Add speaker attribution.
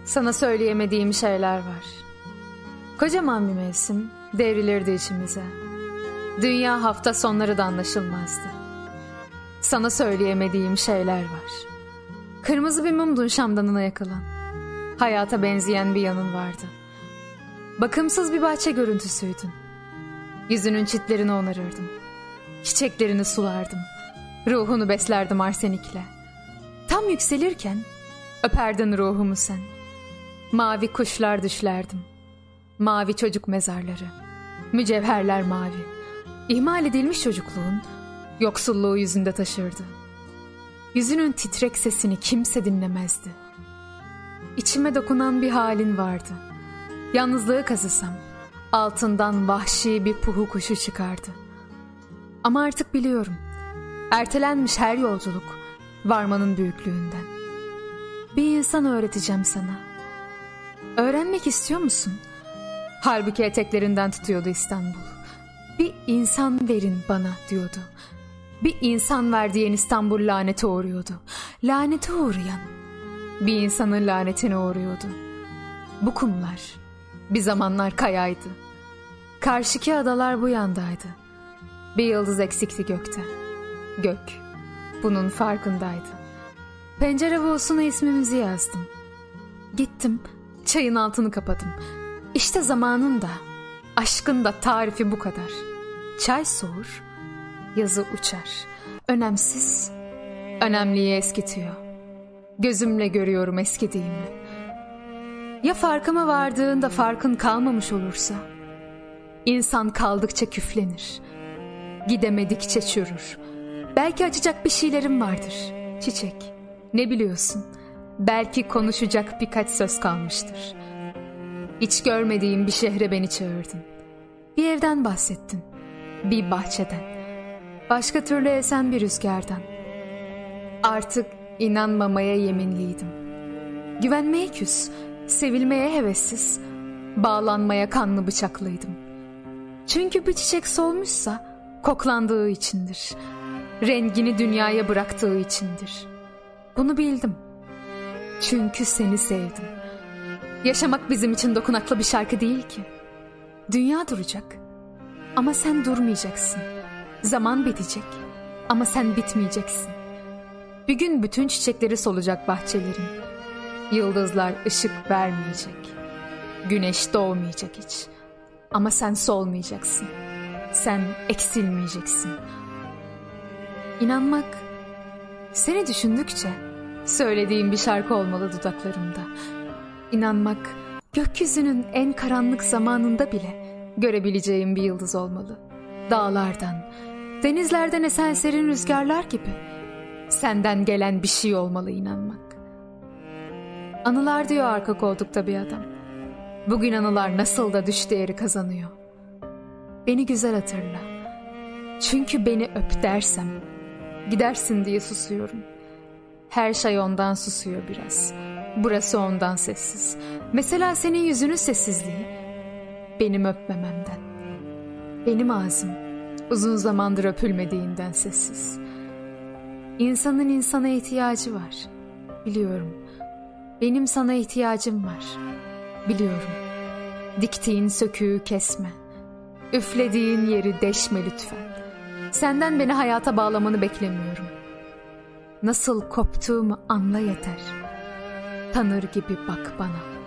Speaker 1: Sana söyleyemediğim şeyler var. Kocaman bir mevsim devrilirdi içimize. Dünya hafta sonları da anlaşılmazdı. Sana söyleyemediğim şeyler var. Kırmızı bir mumdun şamdanına yakılan. Hayata benzeyen bir yanın vardı. Bakımsız bir bahçe görüntüsüydün. Yüzünün çitlerini onarırdım. Çiçeklerini sulardım. Ruhunu beslerdim arsenikle. Tam yükselirken öperdin ruhumu sen. Mavi kuşlar düşlerdim. Mavi çocuk mezarları. Mücevherler mavi. İhmal edilmiş çocukluğun yoksulluğu yüzünde taşırdı. Yüzünün titrek sesini kimse dinlemezdi. İçime dokunan bir halin vardı. Yalnızlığı kazısam altından vahşi bir puhu kuşu çıkardı. Ama artık biliyorum, ertelenmiş her yolculuk varmanın büyüklüğünden. Bir insan öğreteceğim sana. Öğrenmek istiyor musun? Halbuki eteklerinden tutuyordu İstanbul. Bir insan verin bana diyordu. Bir insan ver diyen İstanbul lanete uğruyordu. Lanete uğrayan bir insanın lanetine uğruyordu. Bu kumlar bir zamanlar kayaydı. Karşıki adalar bu yandaydı. Bir yıldız eksikti gökte. Gök bunun farkındaydı. Pencere buğusuna ismimizi yazdım. Gittim, çayın altını kapadım. İşte zamanın da, aşkın da tarifi bu kadar. Çay soğur, yazı uçar. Önemsiz, önemliyi eskitiyor. Gözümle görüyorum eskidiğimi. Ya farkıma vardığında farkın kalmamış olursa? İnsan kaldıkça küflenir. Gidemedikçe çürür. Belki açacak bir şeylerim vardır. Çiçek, ne biliyorsun? Belki konuşacak birkaç söz kalmıştır. Hiç görmediğim bir şehre beni çağırdın. Bir evden bahsettin. Bir bahçeden. Başka türlü esen bir rüzgardan. Artık inanmamaya yeminliydim. Güvenmeye küs, sevilmeye hevessiz, bağlanmaya kanlı bıçaklıydım. Çünkü bir çiçek solmuşsa koklandığı içindir. Rengini dünyaya bıraktığı içindir. Bunu bildim. Çünkü seni sevdim. Yaşamak bizim için dokunaklı bir şarkı değil ki. Dünya duracak ama sen durmayacaksın. Zaman bitecek ama sen bitmeyeceksin. Bir gün bütün çiçekleri solacak bahçelerin. Yıldızlar ışık vermeyecek. Güneş doğmayacak hiç. Ama sen solmayacaksın. Sen eksilmeyeceksin. İnanmak, seni düşündükçe söylediğim bir şarkı olmalı dudaklarımda. İnanmak, gökyüzünün en karanlık zamanında bile görebileceğim bir yıldız olmalı. Dağlardan, denizlerden esen serin rüzgarlar gibi senden gelen bir şey olmalı inanmak. Anılar diyor arka koltukta bir adam. Bugün anılar nasıl da düş değeri kazanıyor. Beni güzel hatırla. Çünkü beni öp dersem gidersin diye susuyorum. Her şey ondan susuyor biraz. Burası ondan sessiz. Mesela senin yüzünün sessizliği benim öpmememden. Benim ağzım uzun zamandır öpülmediğinden sessiz. İnsanın insana ihtiyacı var. Biliyorum. Benim sana ihtiyacım var. Biliyorum. Diktiğin söküğü kesme. Üflediğin yeri deşme lütfen. Senden beni hayata bağlamanı beklemiyorum. Nasıl koptuğumu anla yeter. Tanır gibi bak bana.